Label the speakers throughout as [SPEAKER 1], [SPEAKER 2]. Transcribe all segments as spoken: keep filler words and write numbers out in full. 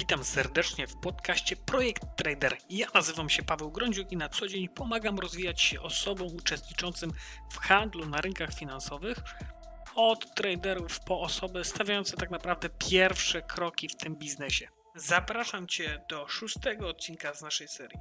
[SPEAKER 1] Witam serdecznie w podcaście Projekt Trader. Ja nazywam się Paweł Grądziuk i na co dzień pomagam rozwijać się osobom uczestniczącym w handlu na rynkach finansowych, od traderów po osoby stawiające tak naprawdę pierwsze kroki w tym biznesie. Zapraszam Cię do szóstego odcinka z naszej serii.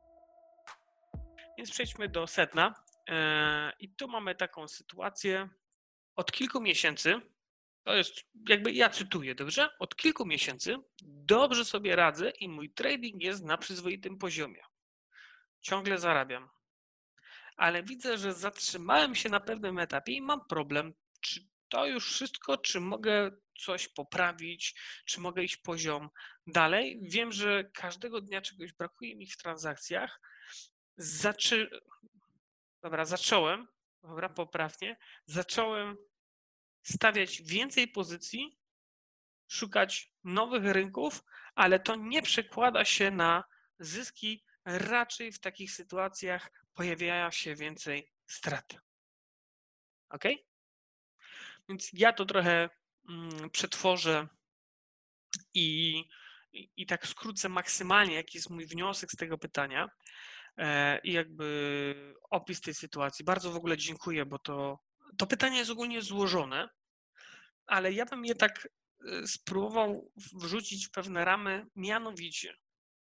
[SPEAKER 1] Więc przejdźmy do sedna. I tu mamy taką sytuację. Od kilku miesięcy, to jest jakby ja cytuję, dobrze? Od kilku miesięcy dobrze sobie radzę i mój trading jest na przyzwoitym poziomie. Ciągle zarabiam. Ale widzę, że zatrzymałem się na pewnym etapie i mam problem. Czy to już wszystko, czy mogę coś poprawić, czy mogę iść poziom dalej? Wiem, że każdego dnia czegoś brakuje mi w transakcjach. Zaczy... Dobra, zacząłem, dobra, poprawnie, zacząłem stawiać więcej pozycji, szukać nowych rynków, ale to nie przekłada się na zyski. Raczej w takich sytuacjach pojawia się więcej strat. Ok? Więc ja to trochę mm, przetworzę i, i, i tak skrócę maksymalnie, jaki jest mój wniosek z tego pytania e, i jakby opis tej sytuacji. Bardzo w ogóle dziękuję, bo to, to pytanie jest ogólnie złożone, ale ja bym je tak spróbował wrzucić w pewne ramy, mianowicie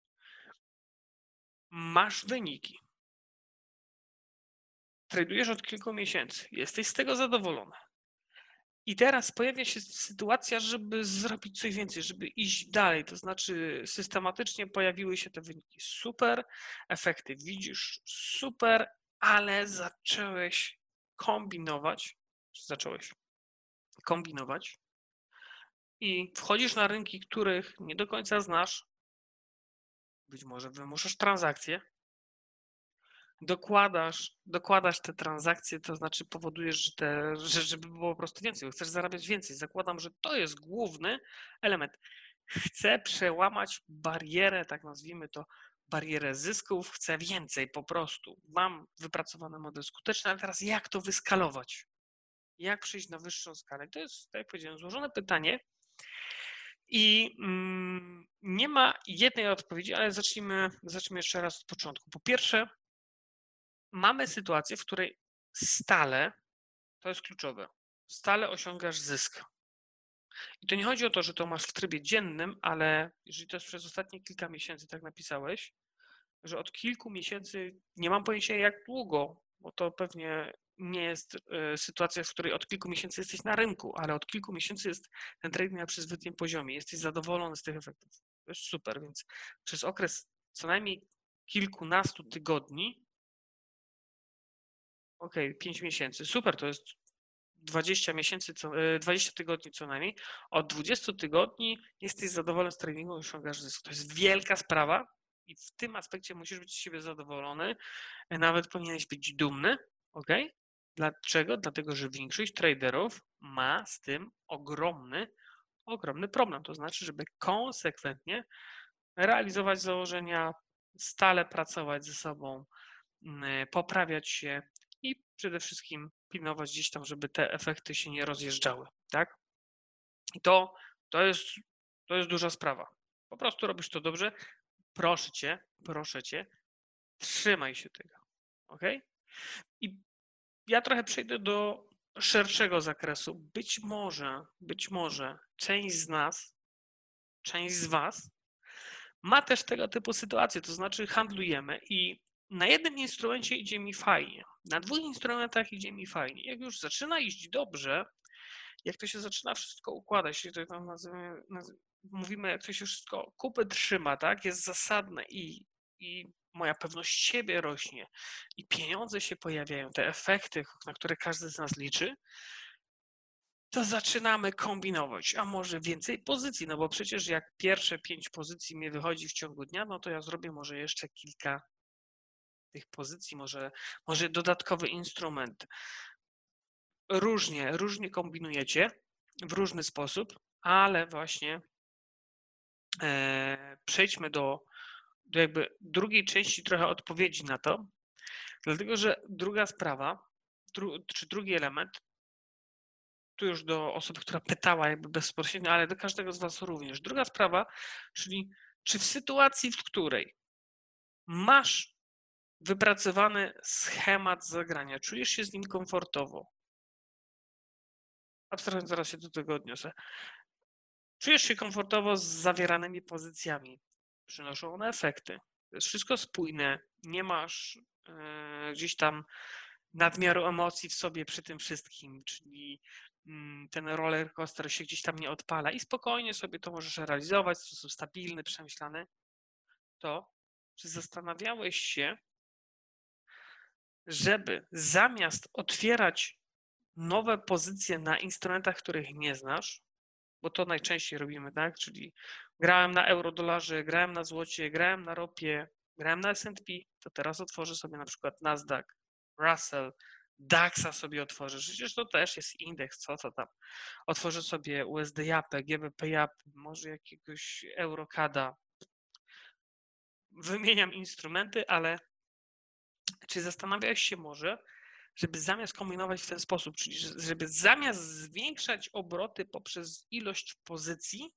[SPEAKER 1] masz wyniki, tradujesz od kilku miesięcy, jesteś z tego zadowolony i teraz pojawia się sytuacja, żeby zrobić coś więcej, żeby iść dalej, to znaczy systematycznie pojawiły się te wyniki, super, efekty widzisz, super, ale zacząłeś kombinować, czy zacząłeś kombinować i wchodzisz na rynki, których nie do końca znasz, być może wymuszasz transakcje, dokładasz, dokładasz te transakcje, to znaczy powodujesz, że, te, że żeby było po prostu więcej, chcesz zarabiać więcej. Zakładam, że to jest główny element. Chcę przełamać barierę, tak nazwijmy to, barierę zysków, chcę więcej po prostu. Mam wypracowany model skuteczny, ale teraz jak to wyskalować? Jak przejść na wyższą skalę? To jest, tak jak powiedziałem, złożone pytanie. I mm, nie ma jednej odpowiedzi, ale zacznijmy, zacznijmy jeszcze raz od początku. Po pierwsze, mamy sytuację, w której stale, to jest kluczowe, stale osiągasz zysk. I to nie chodzi o to, że to masz w trybie dziennym, ale jeżeli to jest przez ostatnie kilka miesięcy, tak napisałeś, że od kilku miesięcy, nie mam pojęcia jak długo, bo to pewnie nie jest y, sytuacja, w której od kilku miesięcy jesteś na rynku, ale od kilku miesięcy jest ten trading na przyzwoitym poziomie, jesteś zadowolony z tych efektów. To jest super, więc przez okres co najmniej kilkunastu tygodni, ok, pięć miesięcy, super, to jest dwadzieścia miesięcy, co, dwadzieścia tygodni co najmniej. Od dwudziestu tygodni jesteś zadowolony z treningu i osiągasz zysk. To jest wielka sprawa i w tym aspekcie musisz być z siebie zadowolony. Nawet powinieneś być dumny, ok? Dlaczego? Dlatego, że większość traderów ma z tym ogromny, ogromny problem. To znaczy, żeby konsekwentnie realizować założenia, stale pracować ze sobą, poprawiać się i przede wszystkim pilnować gdzieś tam, żeby te efekty się nie rozjeżdżały, tak? I to, to, jest, to jest duża sprawa. Po prostu robisz to dobrze. Proszę Cię, proszę Cię, trzymaj się tego, ok? I ja trochę przejdę do szerszego zakresu. Być może, być może część z nas, część z Was ma też tego typu sytuacje, to znaczy handlujemy i na jednym instrumencie idzie mi fajnie, na dwóch instrumentach idzie mi fajnie. Jak już zaczyna iść dobrze, jak to się zaczyna wszystko układać, jeśli to tam nazywamy, mówimy, jak to się wszystko kupy trzyma, tak, jest zasadne i, i moja pewność siebie rośnie i pieniądze się pojawiają, te efekty, na które każdy z nas liczy, to zaczynamy kombinować, a może więcej pozycji, no bo przecież jak pierwsze pięć pozycji mi wychodzi w ciągu dnia, no to ja zrobię może jeszcze kilka tych pozycji, może, może dodatkowy instrument. Różnie, różnie kombinujecie w różny sposób, ale właśnie e, przejdźmy do, do jakby drugiej części trochę odpowiedzi na to, dlatego że druga sprawa, dru, czy drugi element, tu już do osoby, która pytała jakby bezpośrednio, ale do każdego z was również. Druga sprawa, czyli czy w sytuacji, w której masz wypracowany schemat zagrania, czujesz się z nim komfortowo, abstrahując, zaraz się do tego odniosę, czujesz się komfortowo z zawieranymi pozycjami, przynoszą one efekty, to jest wszystko spójne, nie masz yy, gdzieś tam nadmiaru emocji w sobie przy tym wszystkim, czyli ten roller coaster się gdzieś tam nie odpala i spokojnie sobie to możesz realizować w sposób stabilny, przemyślany, to czy zastanawiałeś się, żeby zamiast otwierać nowe pozycje na instrumentach, których nie znasz, bo to najczęściej robimy, tak? Czyli grałem na euro-dolarze, grałem na złocie, grałem na ropie, grałem na S and P, to teraz otworzę sobie na przykład Nasdaq, Russell, daxa sobie otworzę. Przecież to też jest indeks, co to tam. Otworzę sobie U S D Japę, G B P Japę, może jakiegoś Eurocada. Wymieniam instrumenty, ale czy zastanawiałeś się może, żeby zamiast kombinować w ten sposób, czyli żeby zamiast zwiększać obroty poprzez ilość pozycji,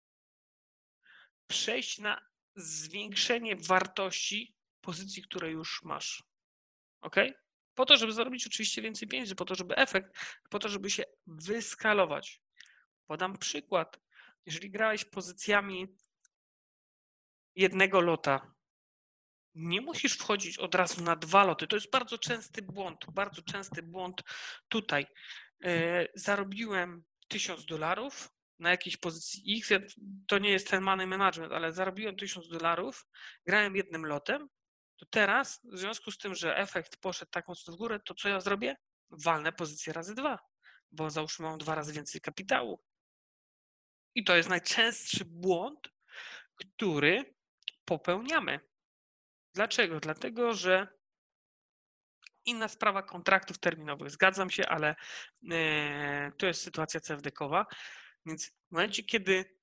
[SPEAKER 1] przejść na zwiększenie wartości pozycji, które już masz. Ok? Po to, żeby zarobić oczywiście więcej pieniędzy, po to, żeby efekt, po to, żeby się wyskalować. Podam przykład. Jeżeli grałeś pozycjami jednego lota, nie musisz wchodzić od razu na dwa loty. To jest bardzo częsty błąd, bardzo częsty błąd tutaj. Zarobiłem tysiąc dolarów na jakiejś pozycji X, to nie jest ten money management, ale zarobiłem tysiąc dolarów, grałem jednym lotem, to teraz w związku z tym, że efekt poszedł tak mocno w górę, to co ja zrobię? Walnę pozycję razy dwa, bo załóżmy mam dwa razy więcej kapitału. I to jest najczęstszy błąd, który popełniamy. Dlaczego? Dlatego, że inna sprawa kontraktów terminowych. Zgadzam się, ale to jest sytuacja C F D-kowa. Więc w momencie, kiedy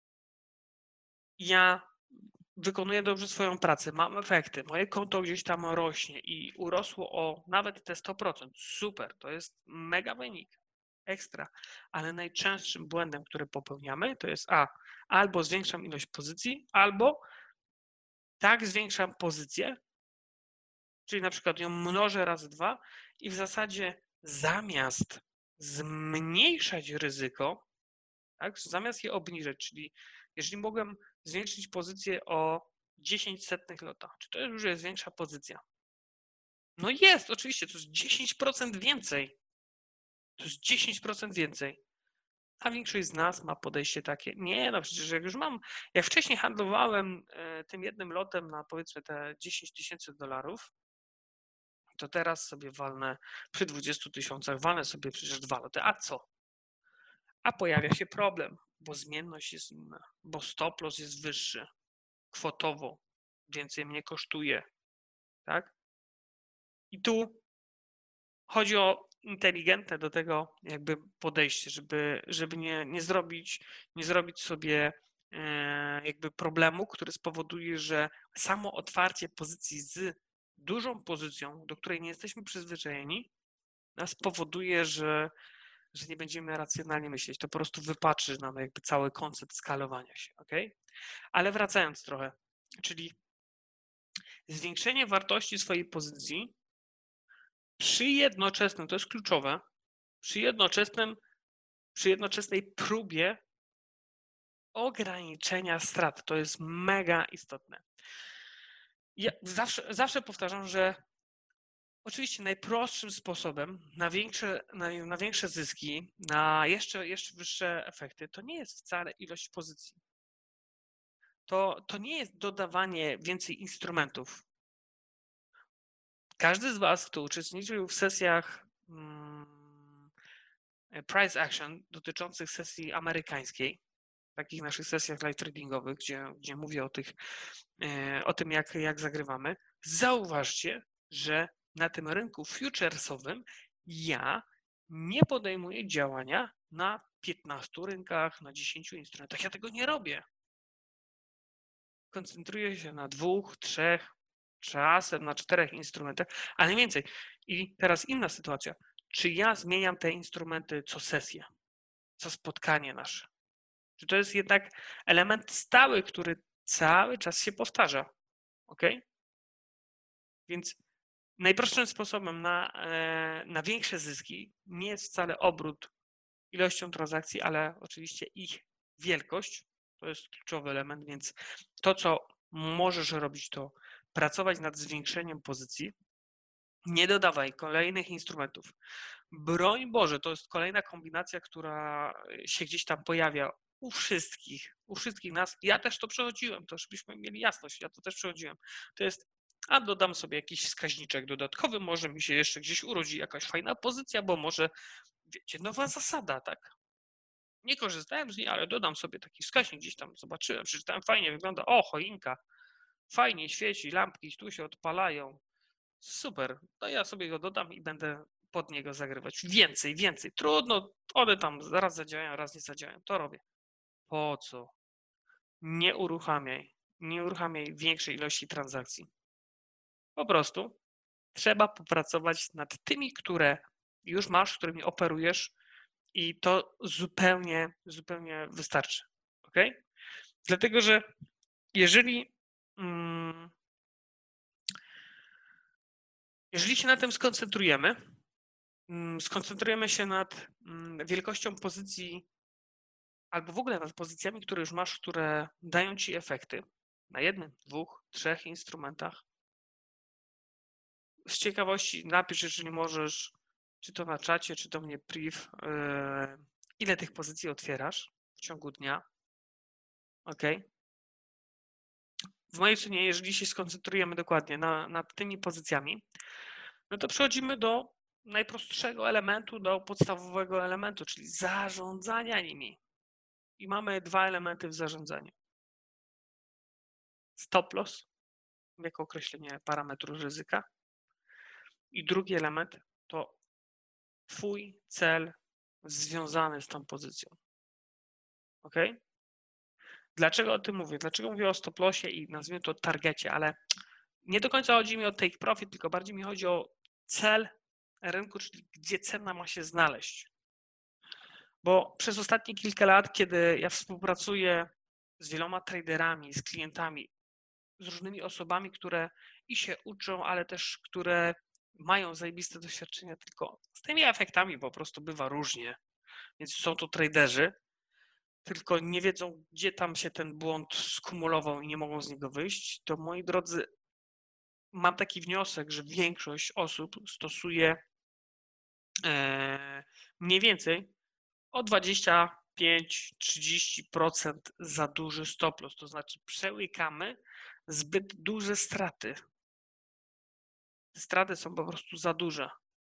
[SPEAKER 1] ja wykonuję dobrze swoją pracę, mam efekty, moje konto gdzieś tam rośnie i urosło o nawet te sto procent, super, to jest mega wynik, ekstra, ale najczęstszym błędem, który popełniamy, to jest a, albo zwiększam ilość pozycji, albo tak zwiększam pozycję, czyli na przykład ją mnożę razy dwa i w zasadzie zamiast zmniejszać ryzyko, tak, zamiast je obniżyć, czyli jeżeli mogłem zwiększyć pozycję o dziesięć setnych lota, czy to już jest większa pozycja? No jest, oczywiście, to jest dziesięć procent więcej. To jest dziesięć procent więcej. A większość z nas ma podejście takie, nie no przecież jak już mam, jak wcześniej handlowałem tym jednym lotem na powiedzmy te dziesięć tysięcy dolarów, to teraz sobie walnę przy dwudziestu tysiącach, walnę sobie przecież dwa loty. A co? A pojawia się problem, bo zmienność jest inna, bo stop loss jest wyższy, kwotowo, więcej mnie kosztuje, tak? I tu chodzi o inteligentne do tego jakby podejście, żeby, żeby nie, nie, zrobić, nie zrobić sobie jakby problemu, który spowoduje, że samo otwarcie pozycji z dużą pozycją, do której nie jesteśmy przyzwyczajeni, spowoduje, że, że nie będziemy racjonalnie myśleć. To po prostu wypatrzy nam jakby cały koncept skalowania się, ok? Ale wracając trochę, czyli zwiększenie wartości swojej pozycji przy jednoczesnym, to jest kluczowe, przy jednoczesnym, przy jednoczesnej próbie ograniczenia strat. To jest mega istotne. Ja zawsze, zawsze powtarzam, że oczywiście najprostszym sposobem na większe, na, na większe zyski, na jeszcze, jeszcze wyższe efekty, to nie jest wcale ilość pozycji. To, to nie jest dodawanie więcej instrumentów. Każdy z Was, kto uczestniczył w sesjach hmm, price action dotyczących sesji amerykańskiej, takich naszych sesjach live tradingowych, gdzie, gdzie mówię o, tych, o tym, jak, jak zagrywamy, zauważcie, że na tym rynku futuresowym ja nie podejmuję działania na piętnastu rynkach, na dziesięciu instrumentach. Ja tego nie robię. Koncentruję się na dwóch, trzech, czasem na czterech instrumentach, ale nie więcej. I teraz inna sytuacja. czy ja zmieniam te instrumenty co sesję, co spotkanie nasze. Czy to jest jednak element stały, który cały czas się powtarza. Ok? Więc najprostszym sposobem na, na większe zyski nie jest wcale obrót ilością transakcji, ale oczywiście ich wielkość. To jest kluczowy element, więc to, co możesz robić, to pracować nad zwiększeniem pozycji. Nie dodawaj kolejnych instrumentów. Broń Boże, to jest kolejna kombinacja, która się gdzieś tam pojawia u wszystkich, u wszystkich nas. Ja też to przechodziłem, to żebyśmy mieli jasność, ja to też przechodziłem. To jest, a dodam sobie jakiś wskaźniczek dodatkowy, może mi się jeszcze gdzieś urodzi jakaś fajna pozycja, bo może, wiecie, nowa zasada, tak? Nie korzystałem z niej, ale dodam sobie taki wskaźnik, gdzieś tam zobaczyłem, przeczytałem, fajnie wygląda, o, choinka, fajnie świeci, lampki tu się odpalają, super, to ja sobie go dodam i będę pod niego zagrywać. Więcej, więcej. Trudno, one tam raz zadziałają, raz nie zadziałają. To robię. Po co? Nie uruchamiaj. Nie uruchamiaj większej ilości transakcji. Po prostu trzeba popracować nad tymi, które już masz, z którymi operujesz i to zupełnie, zupełnie wystarczy. Ok? Dlatego, że jeżeli mm, jeżeli się na tym skoncentrujemy, skoncentrujemy się nad wielkością pozycji albo w ogóle nad pozycjami, które już masz, które dają ci efekty na jednym, dwóch, trzech instrumentach. Z ciekawości napisz, jeżeli możesz, czy to na czacie, czy to mnie priv, ile tych pozycji otwierasz w ciągu dnia. Ok. W mojej ocenie, jeżeli się skoncentrujemy dokładnie na, nad tymi pozycjami, no to przechodzimy do najprostszego elementu, do podstawowego elementu, czyli zarządzania nimi. I mamy dwa elementy w zarządzaniu. Stop loss, jako określenie parametru ryzyka. I drugi element to twój cel związany z tą pozycją. Ok? Dlaczego o tym mówię? Dlaczego mówię o stop lossie i nazwijmy to targecie, ale nie do końca chodzi mi o take profit, tylko bardziej mi chodzi o cel rynku, czyli gdzie cena ma się znaleźć. Bo przez ostatnie kilka lat, kiedy ja współpracuję z wieloma traderami, z klientami, z różnymi osobami, które i się uczą, ale też które mają zajebiste doświadczenia, tylko z tymi efektami po prostu bywa różnie. Więc są to traderzy, tylko nie wiedzą, gdzie tam się ten błąd skumulował i nie mogą z niego wyjść. To moi drodzy, mam taki wniosek, że większość osób stosuje mniej więcej o dwadzieścia pięć do trzydziestu procent za duży stop loss, to znaczy przełykamy zbyt duże straty. Straty są po prostu za duże.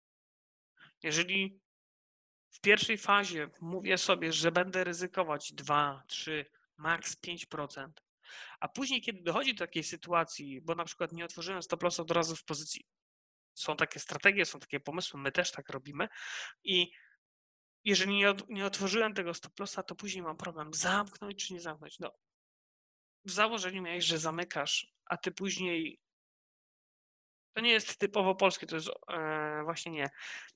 [SPEAKER 1] Jeżeli w pierwszej fazie mówię sobie, że będę ryzykować dwa, trzy, maks pięć procent, a później, kiedy dochodzi do takiej sytuacji, bo na przykład nie otworzyłem stop lossa od razu w pozycji, są takie strategie, są takie pomysły, my też tak robimy i jeżeli nie, nie otworzyłem tego stop lossa, to później mam problem zamknąć czy nie zamknąć. No, w założeniu miałeś, że zamykasz, a ty później, to nie jest typowo polskie, to jest e, właśnie nie.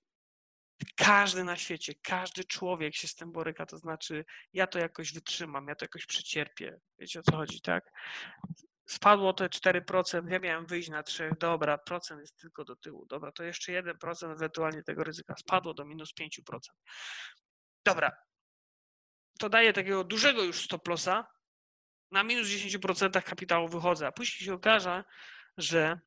[SPEAKER 1] Każdy na świecie, każdy człowiek się z tym boryka, to znaczy ja to jakoś wytrzymam, ja to jakoś przecierpię. Wiecie, o co chodzi, tak? Spadło te cztery procent, ja miałem wyjść na trzy, dobra, procent jest tylko do tyłu, dobra, to jeszcze jeden procent ewentualnie tego ryzyka spadło do minus pięć procent. Dobra, to daje takiego dużego już stop lossa, na minus dziesięć procent kapitału wychodzę, a później się okaże, że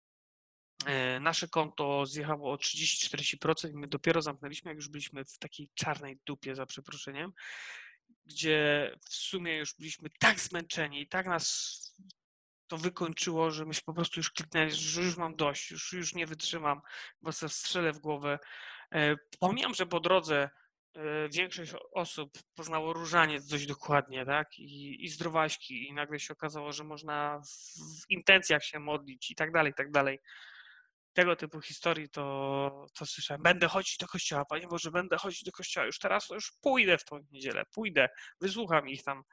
[SPEAKER 1] nasze konto zjechało o trzydzieści do czterdziestu procent i my dopiero zamknęliśmy, jak już byliśmy w takiej czarnej dupie, za przeproszeniem, gdzie w sumie już byliśmy tak zmęczeni i tak nas to wykończyło, że myśmy po prostu już kliknęli, że już mam dość, już, już nie wytrzymam, bo sobie strzelę w głowę. Pomijam, że po drodze większość osób poznało różaniec dość dokładnie, tak? I, i zdrowaśki i nagle się okazało, że można w, w intencjach się modlić i tak dalej, i tak dalej. Tego typu historii to, to słyszałem. Będę chodzić do kościoła, Panie Boże, będę chodzić do kościoła. Już teraz to już pójdę w tą niedzielę, pójdę, wysłucham ich tam.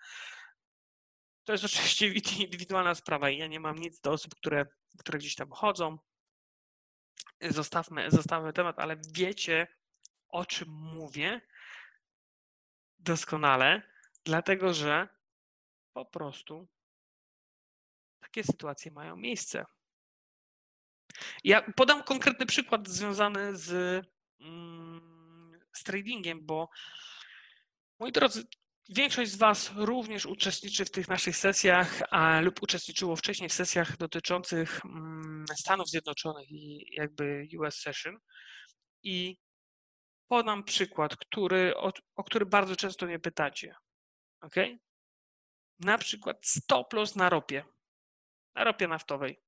[SPEAKER 1] To jest oczywiście indywidualna sprawa i ja nie mam nic do osób, które, które gdzieś tam chodzą. Zostawmy, zostawmy temat, ale wiecie, o czym mówię doskonale, dlatego że po prostu takie sytuacje mają miejsce. Ja podam konkretny przykład związany z, z tradingiem, bo moi drodzy, większość z Was również uczestniczy w tych naszych sesjach a, lub uczestniczyło wcześniej w sesjach dotyczących Stanów Zjednoczonych i jakby U S Session. I podam przykład, który, o, o który bardzo często mnie pytacie. Ok? Na przykład stop loss na ropie, na ropie naftowej.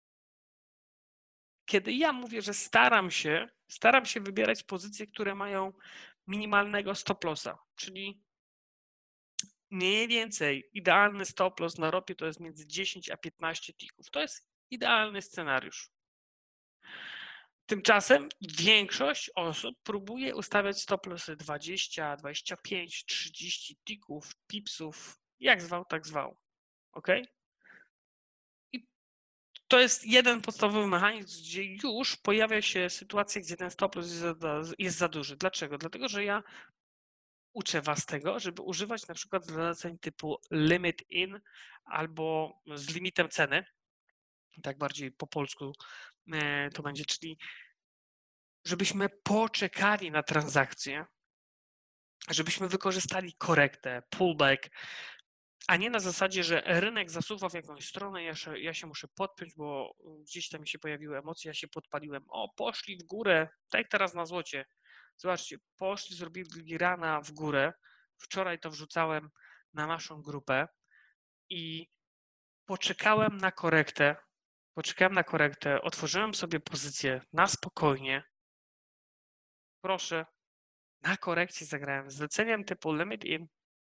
[SPEAKER 1] Kiedy ja mówię, że staram się, staram się wybierać pozycje, które mają minimalnego stop lossa, czyli mniej więcej idealny stop loss na ropie to jest między dziesięć a piętnaście tików. To jest idealny scenariusz. Tymczasem większość osób próbuje ustawiać stop lossy dwadzieścia, dwadzieścia pięć, trzydzieści tików, pipsów, jak zwał, tak zwał. Ok? I to jest jeden podstawowy mechanizm, gdzie już pojawia się sytuacja, gdzie ten stop loss jest za, jest za duży. Dlaczego? Dlatego, że ja uczę Was tego, żeby używać na przykład zaleceń typu limit in albo z limitem ceny. Tak bardziej po polsku to będzie, czyli żebyśmy poczekali na transakcję, żebyśmy wykorzystali korektę, pullback, a nie na zasadzie, że rynek zasuwa w jakąś stronę, ja się, ja się muszę podpiąć, bo gdzieś tam mi się pojawiły emocje, ja się podpaliłem. O, poszli w górę, tak jak teraz na złocie. Zobaczcie, poszli, zrobili rana w górę. Wczoraj to wrzucałem na naszą grupę i poczekałem na korektę. Poczekałem na korektę, otworzyłem sobie pozycję na spokojnie. Proszę, na korekcie zagrałem zleceniem typu limit in.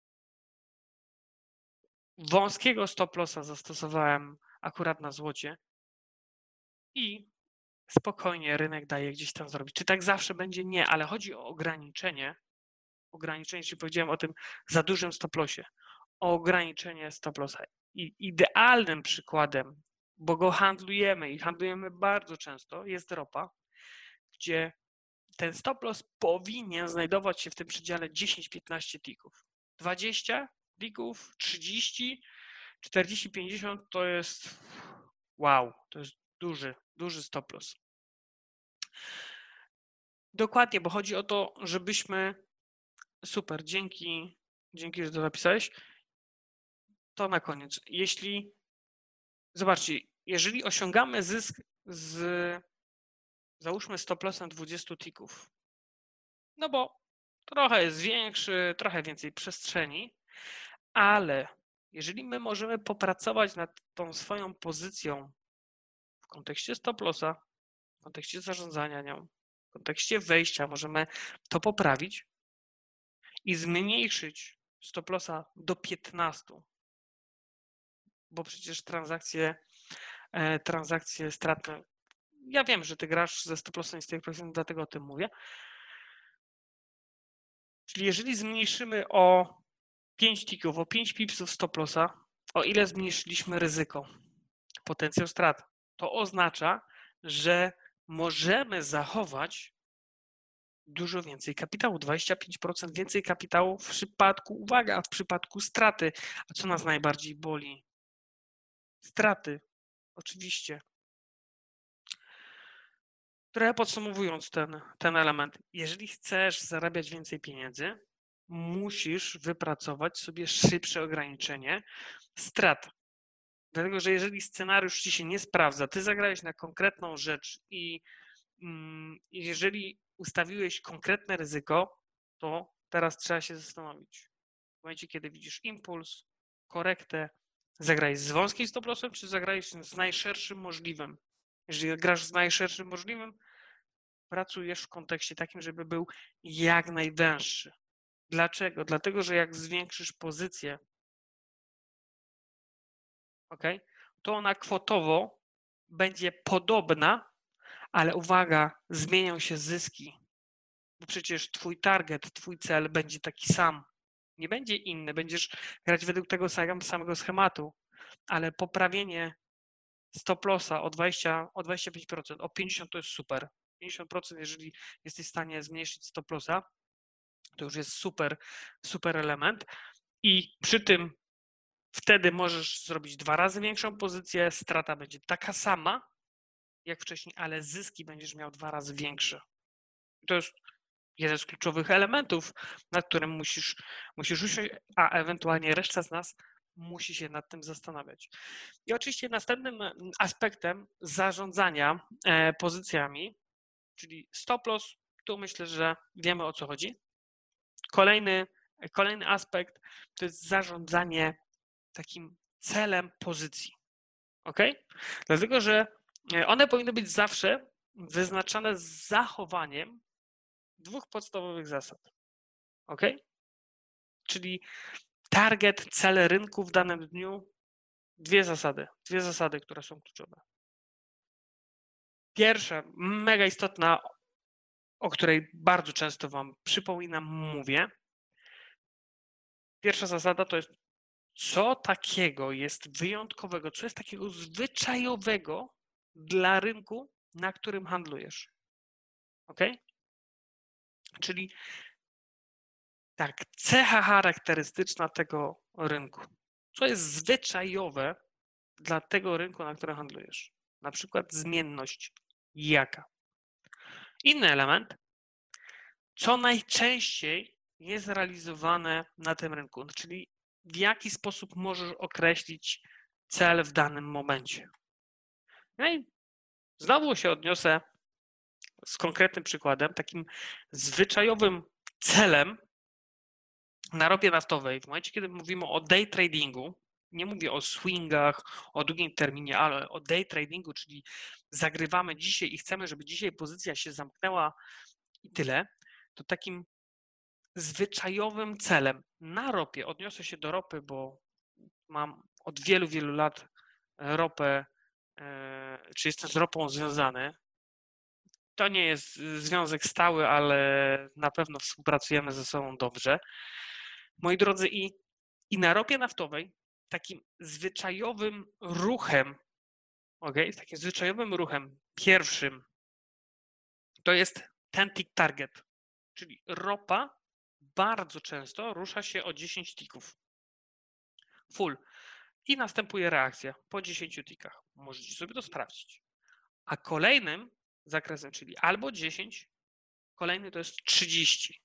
[SPEAKER 1] Wąskiego stop lossa zastosowałem akurat na złocie i spokojnie rynek daje gdzieś tam zrobić. Czy tak zawsze będzie? Nie, ale chodzi o ograniczenie. Ograniczenie, czyli powiedziałem o tym za dużym stop lossie. O ograniczenie stop lossa. I idealnym przykładem, bo go handlujemy i handlujemy bardzo często, jest ropa, gdzie ten stop loss powinien znajdować się w tym przedziale dziesięć piętnaście tików. dwadzieścia tików, trzydzieści, czterdzieści, pięćdziesiąt to jest wow, to jest duży, duży stop loss. Dokładnie, bo chodzi o to, żebyśmy super, dzięki, dzięki, że to napisałeś. To na koniec. Jeśli zobaczcie, jeżeli osiągamy zysk z załóżmy stop lossem dwadzieścia tików, no bo trochę jest większy, trochę więcej przestrzeni, ale jeżeli my możemy popracować nad tą swoją pozycją w kontekście stop lossa, w kontekście zarządzania nią, w kontekście wejścia, możemy to poprawić i zmniejszyć stop lossa do piętnastu, bo przecież transakcje, transakcje stratne, ja wiem, że ty grasz ze stop lossem i z tych procent, dlatego o tym mówię. Czyli jeżeli zmniejszymy o pięć tików, o pięć pipsów stop lossa, o ile zmniejszyliśmy ryzyko, potencjał strat, to oznacza, że możemy zachować dużo więcej kapitału, dwadzieścia pięć procent więcej kapitału w przypadku, uwaga, w przypadku straty. A co nas najbardziej boli? Straty, oczywiście. Trochę podsumowując ten, ten element, jeżeli chcesz zarabiać więcej pieniędzy, musisz wypracować sobie szybsze ograniczenie strat. Dlatego, że jeżeli scenariusz ci się nie sprawdza, ty zagrałeś na konkretną rzecz i mm, jeżeli ustawiłeś konkretne ryzyko, to teraz trzeba się zastanowić. W momencie, kiedy widzisz impuls, korektę, zagrałeś z wąskim stop lossem, czy zagrałeś z najszerszym możliwym? Jeżeli grasz z najszerszym możliwym, pracujesz w kontekście takim, żeby był jak najwęższy. Dlaczego? Dlatego, że jak zwiększysz pozycję, ok, to ona kwotowo będzie podobna, ale uwaga, zmienią się zyski, bo przecież twój target, twój cel będzie taki sam. Nie będzie inny, będziesz grać według tego samego schematu, ale poprawienie stop lossa o dwadzieścia, o dwadzieścia pięć procent, o pięćdziesiąt procent to jest super. pięćdziesiąt procent, jeżeli jesteś w stanie zmniejszyć stop lossa, to już jest super, super element i przy tym wtedy możesz zrobić dwa razy większą pozycję, strata będzie taka sama jak wcześniej, ale zyski będziesz miał dwa razy większe. To jest jeden z kluczowych elementów, nad którym musisz, musisz usiąść, a ewentualnie reszta z nas musi się nad tym zastanawiać. I oczywiście następnym aspektem zarządzania pozycjami, czyli stop loss, tu myślę, że wiemy, o co chodzi. Kolejny, kolejny aspekt to jest zarządzanie takim celem pozycji. Ok? Dlatego, że one powinny być zawsze wyznaczane z zachowaniem dwóch podstawowych zasad. Ok? Czyli target, cel rynku w danym dniu, dwie zasady, dwie zasady, które są kluczowe. Pierwsza, mega istotna, o której bardzo często Wam przypominam, mówię. Pierwsza zasada to jest, co takiego jest wyjątkowego, co jest takiego zwyczajowego dla rynku, na którym handlujesz. Ok? Czyli tak, cecha charakterystyczna tego rynku. Co jest zwyczajowe dla tego rynku, na którym handlujesz. Na przykład zmienność jaka. Inny element, co najczęściej jest realizowane na tym rynku, czyli w jaki sposób możesz określić cel w danym momencie. No i znowu się odniosę z konkretnym przykładem, takim zwyczajowym celem na ropie naftowej, w momencie, kiedy mówimy o day tradingu, nie mówię o swingach, o długim terminie, ale o day tradingu, czyli zagrywamy dzisiaj i chcemy, żeby dzisiaj pozycja się zamknęła i tyle, to takim zwyczajowym celem na ropie, odniosę się do ropy, bo mam od wielu, wielu lat ropę, czy jestem z ropą związany. To nie jest związek stały, ale na pewno współpracujemy ze sobą dobrze. Moi drodzy, i, i na ropie naftowej takim zwyczajowym ruchem, okay, takim zwyczajowym ruchem pierwszym to jest ten tick target, czyli ropa bardzo często rusza się o dziesięć ticków. Full. I następuje reakcja po dziesięciu tickach. Możecie sobie to sprawdzić. A kolejnym zakresem, czyli albo dziesięć, kolejny to jest trzydzieści.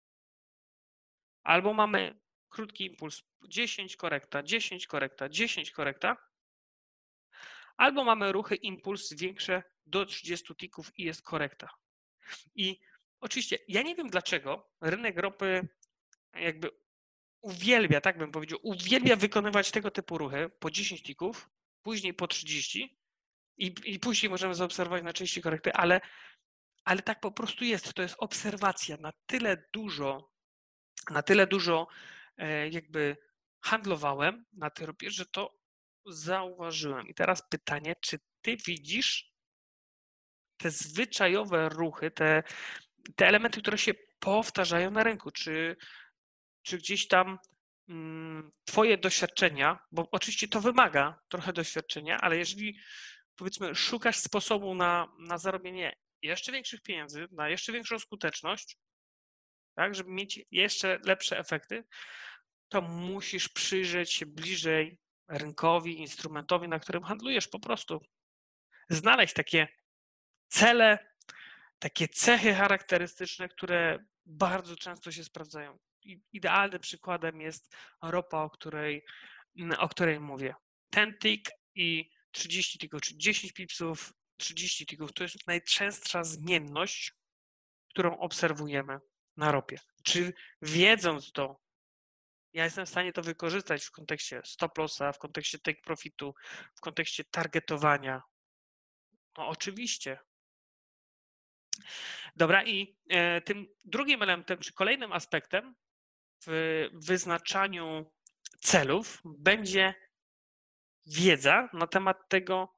[SPEAKER 1] Albo mamy krótki impuls dziesięć, korekta, dziesięć, korekta, dziesięć, korekta. Albo mamy ruchy impuls większe do trzydziestu ticków i jest korekta. I oczywiście ja nie wiem dlaczego rynek ropy jakby uwielbia, tak bym powiedział, uwielbia wykonywać tego typu ruchy po dziesięć ticków, później po trzydzieści i, i później możemy zaobserwować na części korekty, ale, ale tak po prostu jest. To jest obserwacja. Na tyle dużo, na tyle dużo jakby handlowałem na tej ropie, że to zauważyłem. I teraz pytanie, czy ty widzisz te zwyczajowe ruchy, te, te elementy, które się powtarzają na rynku, czy, czy gdzieś tam mm, twoje doświadczenia, bo oczywiście to wymaga trochę doświadczenia, ale jeżeli powiedzmy szukasz sposobu na, na zarobienie jeszcze większych pieniędzy, na jeszcze większą skuteczność, tak, żeby mieć jeszcze lepsze efekty, to musisz przyjrzeć się bliżej rynkowi, instrumentowi, na którym handlujesz po prostu. Znaleźć takie cele, takie cechy charakterystyczne, które bardzo często się sprawdzają. Idealnym przykładem jest ropa, o której, o której mówię. Ten tick i trzydzieści ticków, czy dziesięć pipsów, trzydzieści ticków, to jest najczęstsza zmienność, którą obserwujemy na ropie. Czy wiedząc to, ja jestem w stanie to wykorzystać w kontekście stop lossa, w kontekście take profitu, w kontekście targetowania? No oczywiście. Dobra, i tym drugim elementem, czy kolejnym aspektem w wyznaczaniu celów będzie wiedza na temat tego,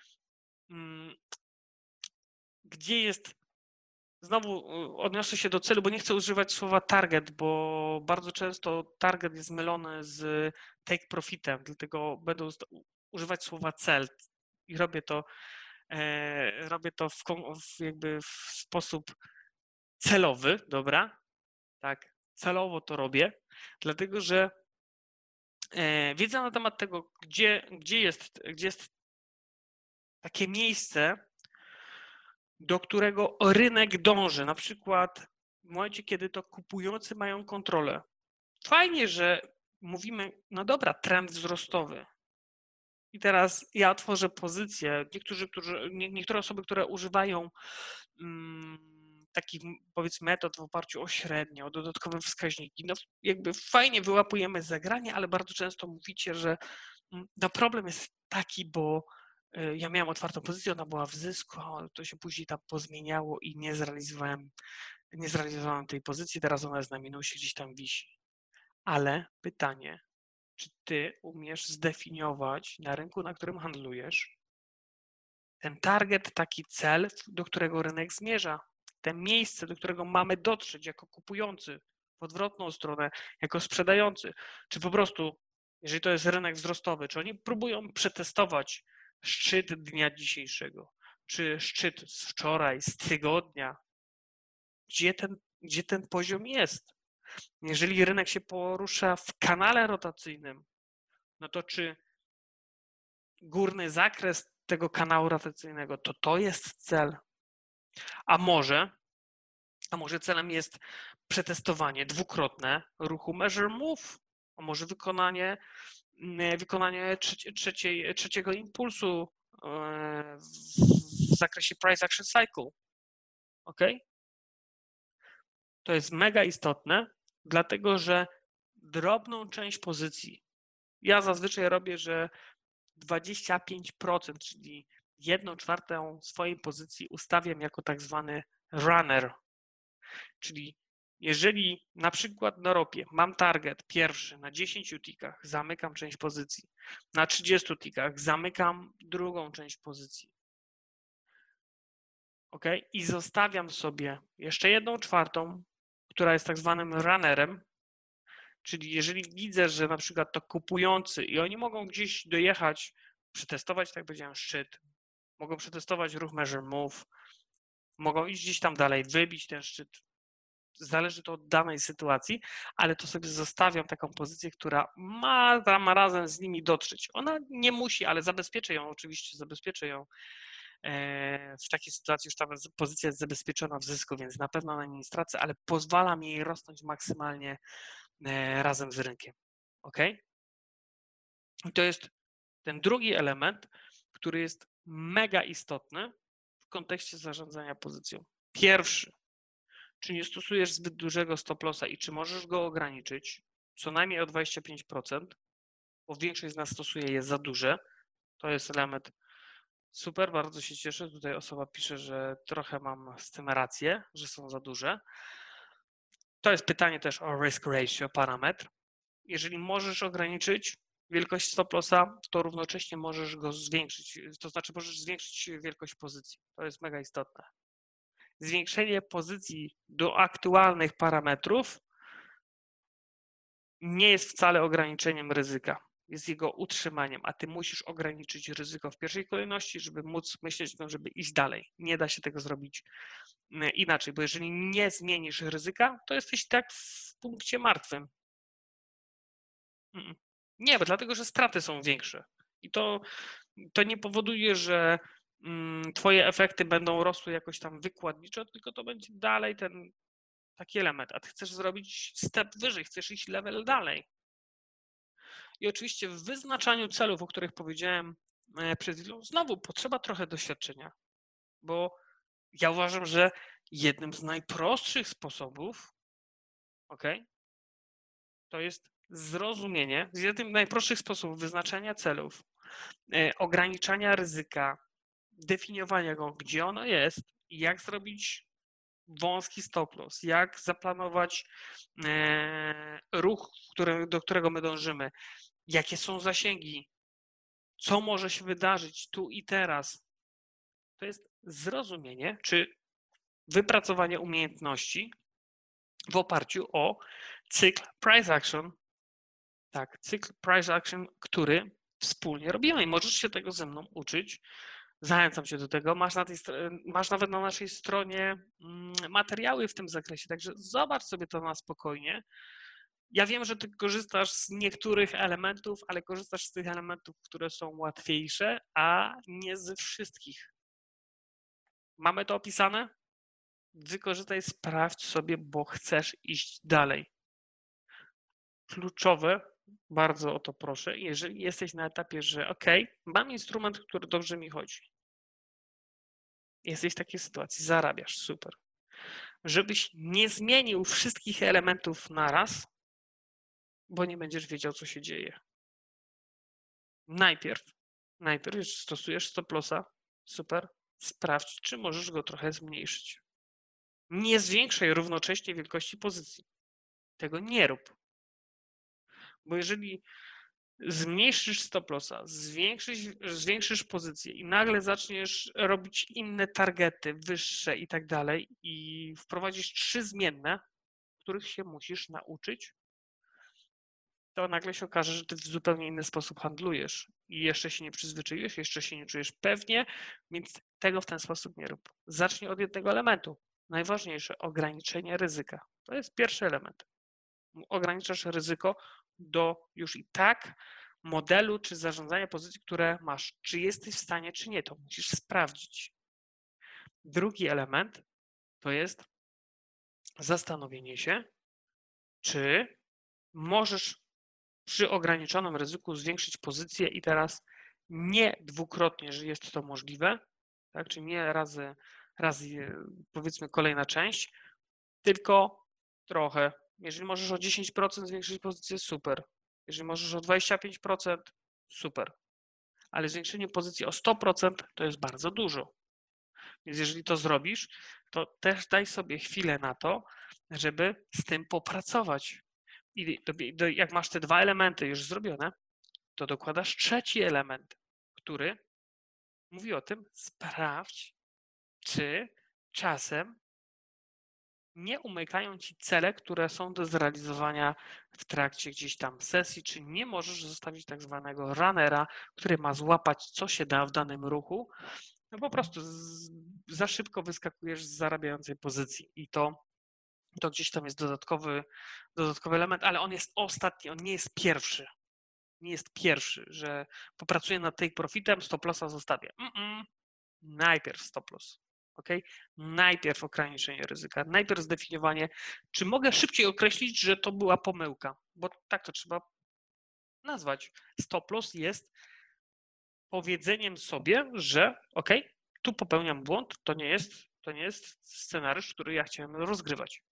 [SPEAKER 1] gdzie jest, znowu odniosę się do celu, bo nie chcę używać słowa target, bo bardzo często target jest mylony z take profitem, dlatego będę używać słowa cel i robię to e, robię to w, w jakby w sposób celowy, dobra? Tak, celowo to robię, dlatego że e, wiedza na temat tego, gdzie, gdzie, jest, gdzie jest takie miejsce, do którego rynek dąży, na przykład w momencie, kiedy to kupujący mają kontrolę. Fajnie, że mówimy, no dobra, trend wzrostowy. I teraz ja otworzę pozycję. Niektórzy, którzy, nie, niektóre osoby, które używają mm, takich, powiedzmy, metod w oparciu o średnie, o dodatkowe wskaźniki, no jakby fajnie wyłapujemy zagranie, ale bardzo często mówicie, że no problem jest taki, bo y, ja miałem otwartą pozycję, ona była w zysku, a to się później tam pozmieniało i nie zrealizowałem, nie zrealizowałem tej pozycji, teraz ona jest na minusie, gdzieś tam wisi. Ale pytanie, czy ty umiesz zdefiniować na rynku, na którym handlujesz, ten target, taki cel, do którego rynek zmierza, te miejsce, do którego mamy dotrzeć jako kupujący, w odwrotną stronę, jako sprzedający, czy po prostu, jeżeli to jest rynek wzrostowy, czy oni próbują przetestować szczyt dnia dzisiejszego, czy szczyt z wczoraj, z tygodnia, gdzie ten, gdzie ten poziom jest. Jeżeli rynek się porusza w kanale rotacyjnym, no to czy górny zakres tego kanału rotacyjnego to to jest cel? A może, a może celem jest przetestowanie dwukrotne ruchu measure move, a może wykonanie, wykonanie trzeciej, trzeciego impulsu w zakresie price action cycle. Ok? To jest mega istotne, dlatego że drobną część pozycji, ja zazwyczaj robię, że dwadzieścia pięć procent, czyli jedną czwartą swojej pozycji ustawiam jako tak zwany runner. Czyli jeżeli na przykład na ropie mam target pierwszy na dziesięciu tikach, zamykam część pozycji, na trzydziestu tikach zamykam drugą część pozycji. Ok? I zostawiam sobie jeszcze jedną czwartą, która jest tak zwanym runnerem, czyli jeżeli widzę, że na przykład to kupujący i oni mogą gdzieś dojechać, przetestować, tak powiedziałem, szczyt, mogą przetestować ruch measure move, mogą iść gdzieś tam dalej, wybić ten szczyt. Zależy to od danej sytuacji, ale to sobie zostawiam taką pozycję, która ma tam razem z nimi dotrzeć. Ona nie musi, ale zabezpieczę ją, oczywiście zabezpieczę ją. W takiej sytuacji już ta pozycja jest zabezpieczona w zysku, więc na pewno na niej nie stracę, ale pozwala mi jej rosnąć maksymalnie razem z rynkiem. Ok? I to jest ten drugi element, który jest mega istotny w kontekście zarządzania pozycją. Pierwszy, czy nie stosujesz zbyt dużego stop lossa i czy możesz go ograniczyć co najmniej o dwadzieścia pięć procent, bo większość z nas stosuje je za duże. To jest element super, bardzo się cieszę. Tutaj osoba pisze, że trochę mam z tym rację, że są za duże. To jest pytanie też o risk ratio, parametr. Jeżeli możesz ograniczyć wielkość stop lossa, to równocześnie możesz go zwiększyć, to znaczy możesz zwiększyć wielkość pozycji. To jest mega istotne. Zwiększenie pozycji do aktualnych parametrów nie jest wcale ograniczeniem ryzyka, jest jego utrzymaniem, a ty musisz ograniczyć ryzyko w pierwszej kolejności, żeby móc myśleć o tym, żeby iść dalej. Nie da się tego zrobić inaczej, bo jeżeli nie zmienisz ryzyka, to jesteś tak w punkcie martwym. Nie, bo dlatego, że straty są większe i to, to nie powoduje, że twoje efekty będą rosły jakoś tam wykładniczo, tylko to będzie dalej ten taki element, a ty chcesz zrobić step wyżej, chcesz iść level dalej. I oczywiście w wyznaczaniu celów, o których powiedziałem przed chwilą, znowu potrzeba trochę doświadczenia, bo ja uważam, że jednym z najprostszych sposobów, ok, to jest zrozumienie, z jednym z najprostszych sposobów wyznaczania celów, ograniczania ryzyka, definiowania go, gdzie ono jest i jak zrobić wąski stop loss, jak zaplanować ruch, który, do którego my dążymy, jakie są zasięgi, co może się wydarzyć tu i teraz. To jest zrozumienie, czy wypracowanie umiejętności w oparciu o cykl price action. Tak, cykl price action, który wspólnie robimy i możesz się tego ze mną uczyć Zachęcam cię do tego. Masz, na tej, masz nawet na naszej stronie materiały w tym zakresie, także zobacz sobie to na spokojnie. Ja wiem, że ty korzystasz z niektórych elementów, ale korzystasz z tych elementów, które są łatwiejsze, a nie ze wszystkich. Mamy to opisane? Wykorzystaj, sprawdź sobie, bo chcesz iść dalej. Kluczowe, bardzo o to proszę, jeżeli jesteś na etapie, że ok, mam instrument, który dobrze mi chodzi. Jesteś w takiej sytuacji, zarabiasz, super. Żebyś nie zmienił wszystkich elementów naraz, bo nie będziesz wiedział, co się dzieje. Najpierw, najpierw stosujesz stop lossa, super, sprawdź, czy możesz go trochę zmniejszyć. Nie zwiększaj równocześnie wielkości pozycji. Tego nie rób. Bo jeżeli zmniejszysz stop lossa, zwiększysz, zwiększysz pozycję i nagle zaczniesz robić inne targety, wyższe i tak dalej i wprowadzisz trzy zmienne, których się musisz nauczyć, to nagle się okaże, że ty w zupełnie inny sposób handlujesz i jeszcze się nie przyzwyczaiłeś, jeszcze się nie czujesz pewnie, więc tego w ten sposób nie rób. Zacznij od jednego elementu. Najważniejsze, ograniczenie ryzyka. To jest pierwszy element. Ograniczasz ryzyko do już i tak modelu czy zarządzania pozycji, które masz. Czy jesteś w stanie, czy nie, to musisz sprawdzić. Drugi element to jest zastanowienie się, czy możesz przy ograniczonym ryzyku zwiększyć pozycję i teraz nie dwukrotnie, że jest to możliwe, tak, czyli nie razy, razy powiedzmy kolejna część, tylko trochę. Jeżeli możesz o dziesięć procent zwiększyć pozycję, super. Jeżeli możesz o dwadzieścia pięć procent, super. Ale zwiększenie pozycji o sto procent to jest bardzo dużo. Więc jeżeli to zrobisz, to też daj sobie chwilę na to, żeby z tym popracować. I jak masz te dwa elementy już zrobione, to dokładasz trzeci element, który mówi o tym, sprawdź, czy czasem nie umykają ci cele, które są do zrealizowania w trakcie gdzieś tam sesji, czy nie możesz zostawić tak zwanego runnera, który ma złapać, co się da w danym ruchu, no po prostu z, za szybko wyskakujesz z zarabiającej pozycji i to, to gdzieś tam jest dodatkowy, dodatkowy element, ale on jest ostatni, on nie jest pierwszy. Nie jest pierwszy, że popracuję nad take profitem, stop lossa zostawię. Mm-mm. Najpierw stop loss. Okay? Najpierw ograniczenie ryzyka, najpierw zdefiniowanie, czy mogę szybciej określić, że to była pomyłka, bo tak to trzeba nazwać. Stop loss jest powiedzeniem sobie, że ok, tu popełniam błąd, to nie jest, to nie jest scenariusz, który ja chciałem rozgrywać.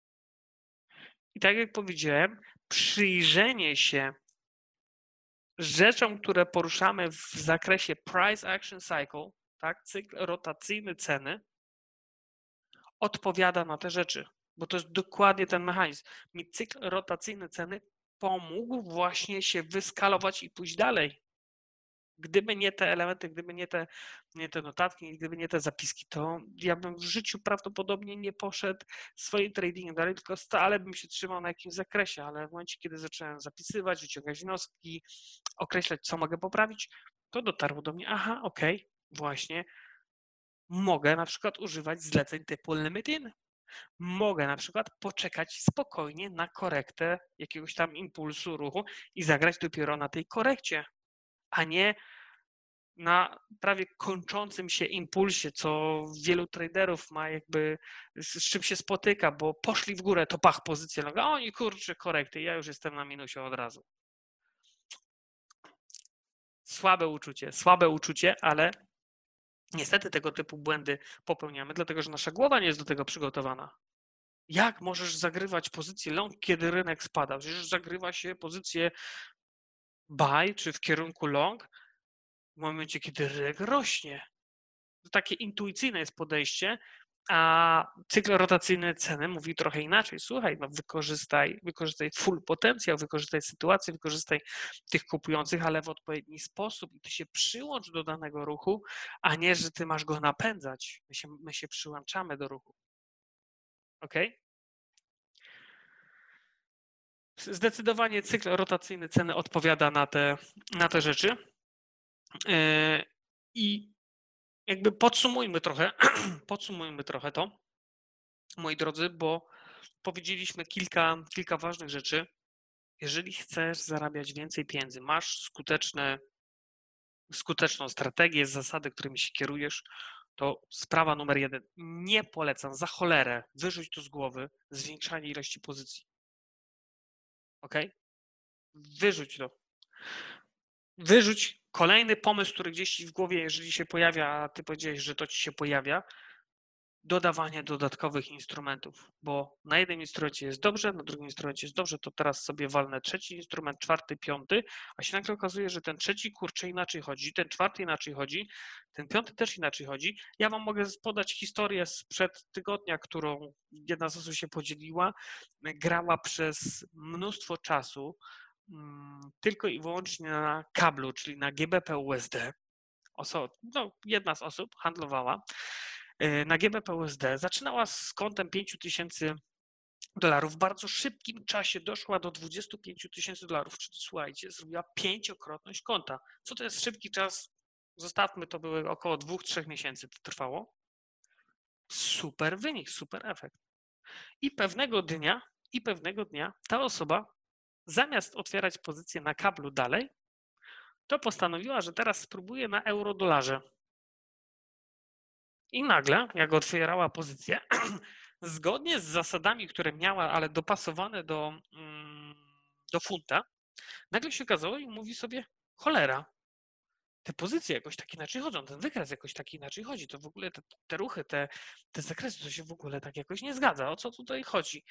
[SPEAKER 1] I tak jak powiedziałem, przyjrzenie się rzeczom, które poruszamy w zakresie Price Action Cycle, tak, cykl rotacyjny ceny, odpowiada na te rzeczy, bo to jest dokładnie ten mechanizm. Mi cykl rotacyjny ceny pomógł właśnie się wyskalować i pójść dalej. Gdyby nie te elementy, gdyby nie te, nie te notatki, gdyby nie te zapiski, to ja bym w życiu prawdopodobnie nie poszedł swoim tradingiem dalej, tylko stale bym się trzymał na jakimś zakresie, ale w momencie, kiedy zacząłem zapisywać, wyciągać wnioski, określać, co mogę poprawić, to dotarło do mnie, aha, okej, okay, właśnie mogę na przykład używać zleceń typu limit in. Mogę na przykład poczekać spokojnie na korektę jakiegoś tam impulsu ruchu i zagrać dopiero na tej korekcie, a nie na prawie kończącym się impulsie, co wielu traderów ma jakby, z, z czym się spotyka, bo poszli w górę, to pach, pozycja noga, oni kurczę, korekty, ja już jestem na minusie od razu. Słabe uczucie, słabe uczucie, ale niestety tego typu błędy popełniamy, dlatego że nasza głowa nie jest do tego przygotowana. Jak możesz zagrywać pozycję long, kiedy rynek spada? Przecież zagrywa się pozycję buy, czy w kierunku long, w momencie, kiedy rynek rośnie. To takie intuicyjne jest podejście, a cykl rotacyjny ceny mówi trochę inaczej. Słuchaj, no wykorzystaj, wykorzystaj full potencjał, wykorzystaj sytuację, wykorzystaj tych kupujących, ale w odpowiedni sposób i ty się przyłącz do danego ruchu, a nie, że ty masz go napędzać. My się, my się przyłączamy do ruchu. Ok? Zdecydowanie cykl rotacyjny ceny odpowiada na te, na te rzeczy. I jakby podsumujmy trochę, podsumujmy trochę to, moi drodzy, bo powiedzieliśmy kilka, kilka ważnych rzeczy. Jeżeli chcesz zarabiać więcej pieniędzy, masz skuteczne, skuteczną strategię, zasady, którymi się kierujesz, to sprawa numer jeden. Nie polecam za cholerę, wyrzuć to z głowy, zwiększanie ilości pozycji. Ok? Wyrzuć to. Wyrzuć kolejny pomysł, który gdzieś ci w głowie, jeżeli się pojawia, a ty powiedziałeś, że to ci się pojawia, dodawanie dodatkowych instrumentów, bo na jednym instrumencie jest dobrze, na drugim instrumencie jest dobrze, to teraz sobie walnę trzeci instrument, czwarty, piąty, a się nagle okazuje, że ten trzeci kurczę inaczej chodzi, ten czwarty inaczej chodzi, ten piąty też inaczej chodzi. Ja wam mogę podać historię sprzed tygodnia, którą jedna z osób się podzieliła, grała przez mnóstwo czasu tylko i wyłącznie na kablu, czyli na G B P U S D. Oso- no, jedna z osób handlowała na G B P U S D, zaczynała z kontem pięć tysięcy dolarów. W bardzo szybkim czasie doszła do dwudziestu pięciu tysięcy dolarów, czyli słuchajcie, zrobiła pięciokrotność konta. Co to jest szybki czas? Zostawmy, to były około dwóch, trzech miesięcy to trwało. Super wynik, super efekt. I pewnego dnia, i pewnego dnia ta osoba zamiast otwierać pozycję na kablu dalej, to postanowiła, że teraz spróbuje na euro-dolarze. I nagle, jak otwierała pozycję, zgodnie z zasadami, które miała, ale dopasowane do, do funta, nagle się okazało i mówi sobie, cholera, te pozycje jakoś tak inaczej chodzą, ten wykres jakoś tak inaczej chodzi, to w ogóle te, te ruchy, te, te zakresy, to się w ogóle tak jakoś nie zgadza, o co tutaj chodzi?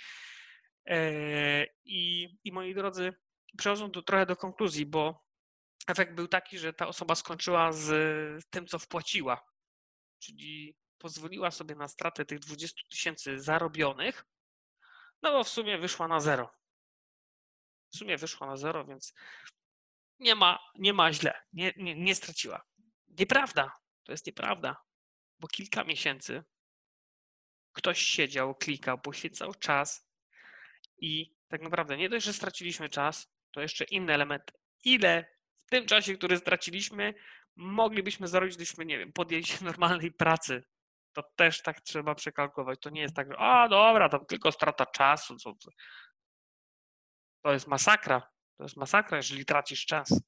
[SPEAKER 1] I, i moi drodzy, przechodzą tu trochę do konkluzji, bo efekt był taki, że ta osoba skończyła z tym, co wpłaciła, czyli pozwoliła sobie na stratę tych dwudziestu tysięcy zarobionych, no bo w sumie wyszła na zero. W sumie wyszła na zero, więc nie ma, nie ma źle, nie, nie, nie straciła. Nieprawda, to jest nieprawda, bo kilka miesięcy ktoś siedział, klikał, poświęcał czas i tak naprawdę nie dość, że straciliśmy czas, to jeszcze inny element. Ile w tym czasie, który straciliśmy, moglibyśmy zarobić, gdybyśmy, nie wiem, podjęli się normalnej pracy. To też tak trzeba przekalkulować. To nie jest tak, że a dobra, to tylko strata czasu. Co to? to jest masakra. To jest masakra, jeżeli tracisz czas.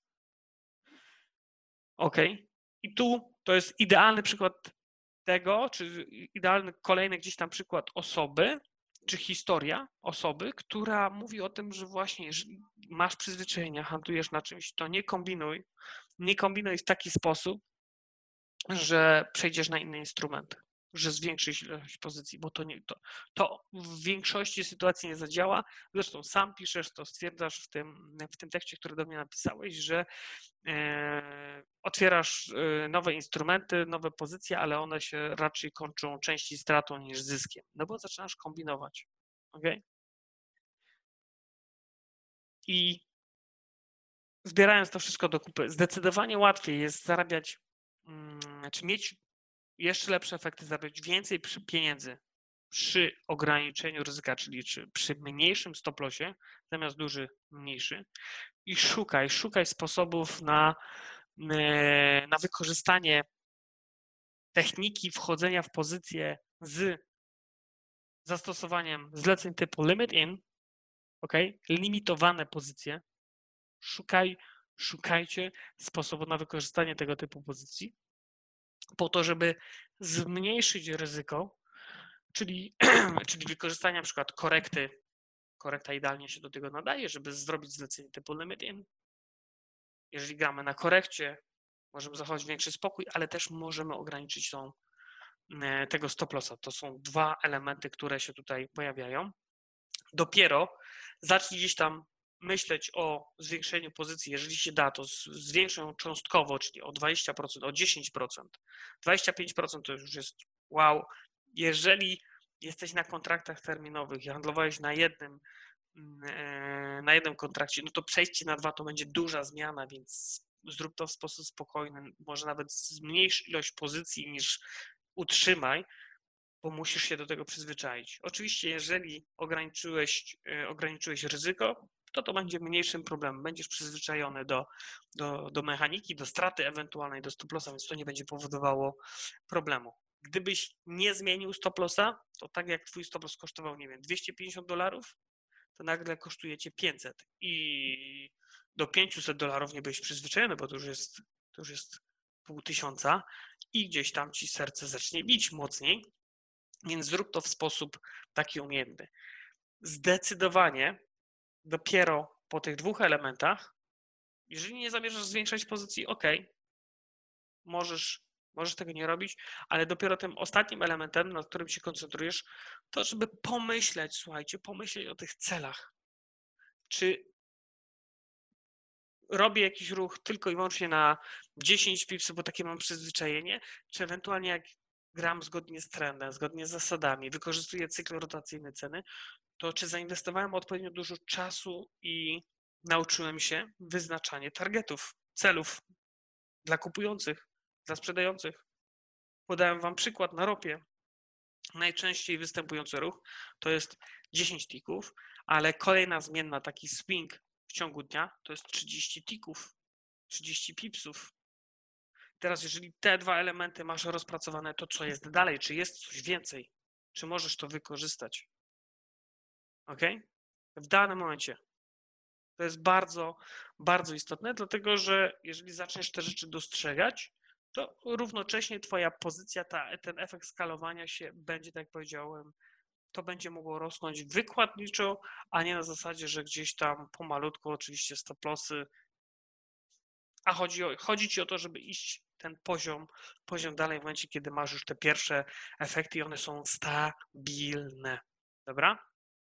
[SPEAKER 1] Ok. I tu to jest idealny przykład tego, czy idealny kolejny gdzieś tam przykład osoby, czy historia osoby, która mówi o tym, że właśnie jeżeli masz przyzwyczajenia, handlujesz na czymś, to nie kombinuj. Nie kombinuj w taki sposób, że przejdziesz na inny instrument, że zwiększysz ilość pozycji, bo to, nie, to, to w większości sytuacji nie zadziała. Zresztą sam piszesz, to stwierdzasz w tym, w tym tekście, który do mnie napisałeś, że e, otwierasz e, nowe instrumenty, nowe pozycje, ale one się raczej kończą częściej stratą niż zyskiem, no bo zaczynasz kombinować. Okay? I zbierając to wszystko do kupy, zdecydowanie łatwiej jest zarabiać, czy mieć jeszcze lepsze efekty, zarabiać więcej pieniędzy przy ograniczeniu ryzyka, czyli przy mniejszym stop lossie, zamiast duży, mniejszy. I szukaj, szukaj sposobów na, na wykorzystanie techniki wchodzenia w pozycję z zastosowaniem zleceń typu limit in, ok, limitowane pozycje. Szukaj, szukajcie sposobu na wykorzystanie tego typu pozycji po to, żeby zmniejszyć ryzyko, czyli, czyli wykorzystanie na przykład korekty. Korekta idealnie się do tego nadaje, żeby zrobić zlecenie typu limit in. Jeżeli gramy na korekcie, możemy zachować większy spokój, ale też możemy ograniczyć tą, tego stop lossa. To są dwa elementy, które się tutaj pojawiają. Dopiero zacznij gdzieś tam myśleć o zwiększeniu pozycji, jeżeli się da, to zwiększą ją cząstkowo, czyli o dwadzieścia procent, o dziesięć procent. dwadzieścia pięć procent to już jest wow. Jeżeli jesteś na kontraktach terminowych i handlowałeś na jednym, na jednym kontrakcie, no to przejście na dwa to będzie duża zmiana, więc zrób to w sposób spokojny, może nawet zmniejsz ilość pozycji niż utrzymaj, bo musisz się do tego przyzwyczaić. Oczywiście, jeżeli ograniczyłeś, ograniczyłeś ryzyko, to to będzie mniejszym problemem. Będziesz przyzwyczajony do, do, do mechaniki, do straty ewentualnej, do stop lossa, więc to nie będzie powodowało problemu. Gdybyś nie zmienił stop lossa, to tak jak twój stop loss kosztował, nie wiem, dwieście pięćdziesiąt dolarów, to nagle kosztuje cię pięćset i do pięciuset dolarów nie byłeś przyzwyczajony, bo to już jest, to już jest pół tysiąca i gdzieś tam ci serce zacznie bić mocniej, więc zrób to w sposób taki umiejętny. Zdecydowanie dopiero po tych dwóch elementach, jeżeli nie zamierzasz zwiększać pozycji, ok, możesz, możesz tego nie robić, ale dopiero tym ostatnim elementem, nad którym się koncentrujesz, to żeby pomyśleć, słuchajcie, pomyśleć o tych celach. Czy robię jakiś ruch tylko i wyłącznie na dziesięć pipsów, bo takie mam przyzwyczajenie, czy ewentualnie jak gram zgodnie z trendem, zgodnie z zasadami, wykorzystuję cykl rotacyjny ceny, to czy zainwestowałem odpowiednio dużo czasu i nauczyłem się wyznaczanie targetów, celów dla kupujących, dla sprzedających. Podałem wam przykład na ropie. Najczęściej występujący ruch to jest dziesięć tików, ale kolejna zmienna, taki swing w ciągu dnia to jest trzydzieści tików, trzydzieści pipsów. Teraz jeżeli te dwa elementy masz rozpracowane, to co jest dalej? Czy jest coś więcej? Czy możesz to wykorzystać? Ok? W danym momencie. To jest bardzo, bardzo istotne, dlatego że jeżeli zaczniesz te rzeczy dostrzegać, to równocześnie twoja pozycja, ta, ten efekt skalowania się będzie, tak jak powiedziałem, to będzie mogło rosnąć wykładniczo, a nie na zasadzie, że gdzieś tam pomalutku, oczywiście stop lossy, a chodzi, o, chodzi ci o to, żeby iść ten poziom, poziom dalej w momencie, kiedy masz już te pierwsze efekty i one są stabilne. Dobra?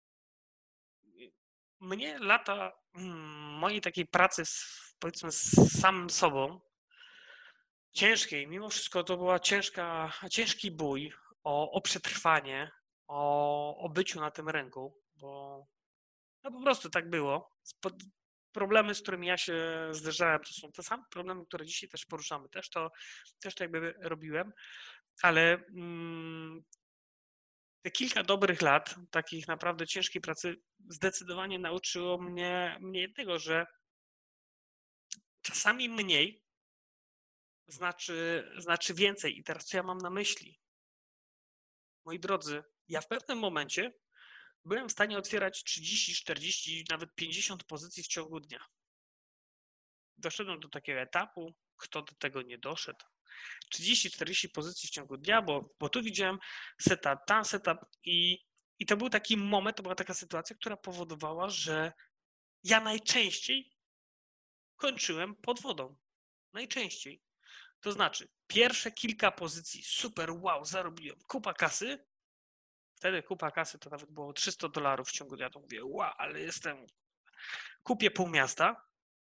[SPEAKER 1] Mnie lata mojej takiej pracy z, powiedzmy z samym sobą, ciężkiej, mimo wszystko to była ciężka, ciężki bój o, o przetrwanie, o, o byciu na tym rynku, bo no po prostu tak było. Problemy, z którymi ja się zderzałem, to są te same problemy, które dzisiaj też poruszamy. Też to, też to jakby robiłem, ale mm, te kilka dobrych lat, takich naprawdę ciężkiej pracy, zdecydowanie nauczyło mnie, mnie jednego, że czasami mniej znaczy, znaczy więcej. I teraz co ja mam na myśli? Moi drodzy, ja w pewnym momencie byłem w stanie otwierać trzydzieści, czterdzieści, nawet pięćdziesiąt pozycji w ciągu dnia. Doszedłem do takiego etapu, kto do tego nie doszedł. trzydzieści, czterdzieści pozycji w ciągu dnia, bo, bo tu widziałem setup, tam setup i, i to był taki moment, to była taka sytuacja, która powodowała, że ja najczęściej kończyłem pod wodą. Najczęściej. To znaczy, pierwsze kilka pozycji, super, wow, zarobiłem kupa kasy. Wtedy kupa kasy to nawet było trzysta dolarów w ciągu dnia. To mówię, wow, ale jestem, kupię pół miasta.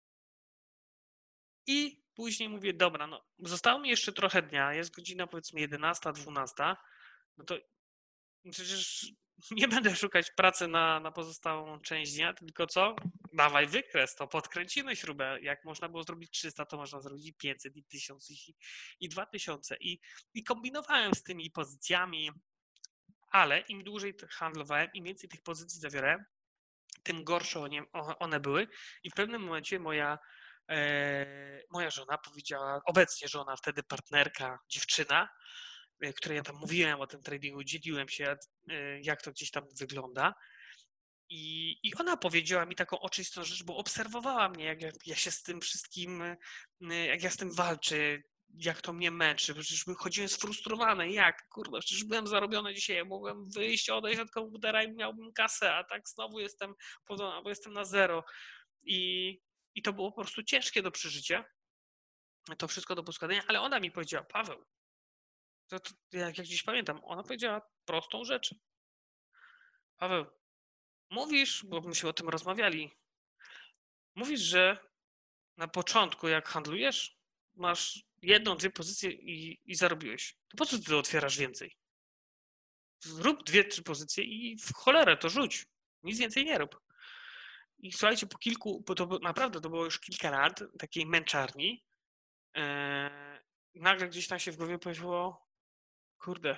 [SPEAKER 1] I później mówię, dobra, no zostało mi jeszcze trochę dnia, jest godzina powiedzmy jedenasta, dwunasta, no to przecież nie będę szukać pracy na, na pozostałą część dnia, tylko co? Dawaj wykres, to podkręcimy śrubę. Jak można było zrobić trzysta, to można zrobić i pięćset, i tysiąc, i, i dwa tysiące. I, I kombinowałem z tymi pozycjami, ale im dłużej handlowałem, im więcej tych pozycji zawierałem, tym gorsze one były. I w pewnym momencie moja, e, moja żona powiedziała, obecnie żona, wtedy partnerka, dziewczyna, której ja tam mówiłem o tym tradingu, dzieliłem się, jak to gdzieś tam wygląda. I, I ona powiedziała mi taką oczywistą rzecz, bo obserwowała mnie, jak ja, ja się z tym wszystkim, jak ja z tym walczę, jak to mnie męczy. Przecież chodziłem sfrustrowany, jak, kurde, przecież byłem zarobiony dzisiaj, ja mogłem wyjść, odejść od komputera i miałbym kasę, a tak znowu jestem, bo jestem na zero. I, I to było po prostu ciężkie do przeżycia, to wszystko do poskładania, ale ona mi powiedziała, Paweł, to, to, jak, jak gdzieś pamiętam, ona powiedziała prostą rzecz. Paweł, mówisz, bo myśmy o tym rozmawiali, mówisz, że na początku jak handlujesz, masz jedną, dwie pozycje i, i zarobiłeś. To po co ty otwierasz więcej? Zrób dwie, trzy pozycje i w cholerę to rzuć. Nic więcej nie rób. I słuchajcie, po kilku, bo to naprawdę to było już kilka lat takiej męczarni, yy, nagle gdzieś tam się w głowie pojawiło, kurde,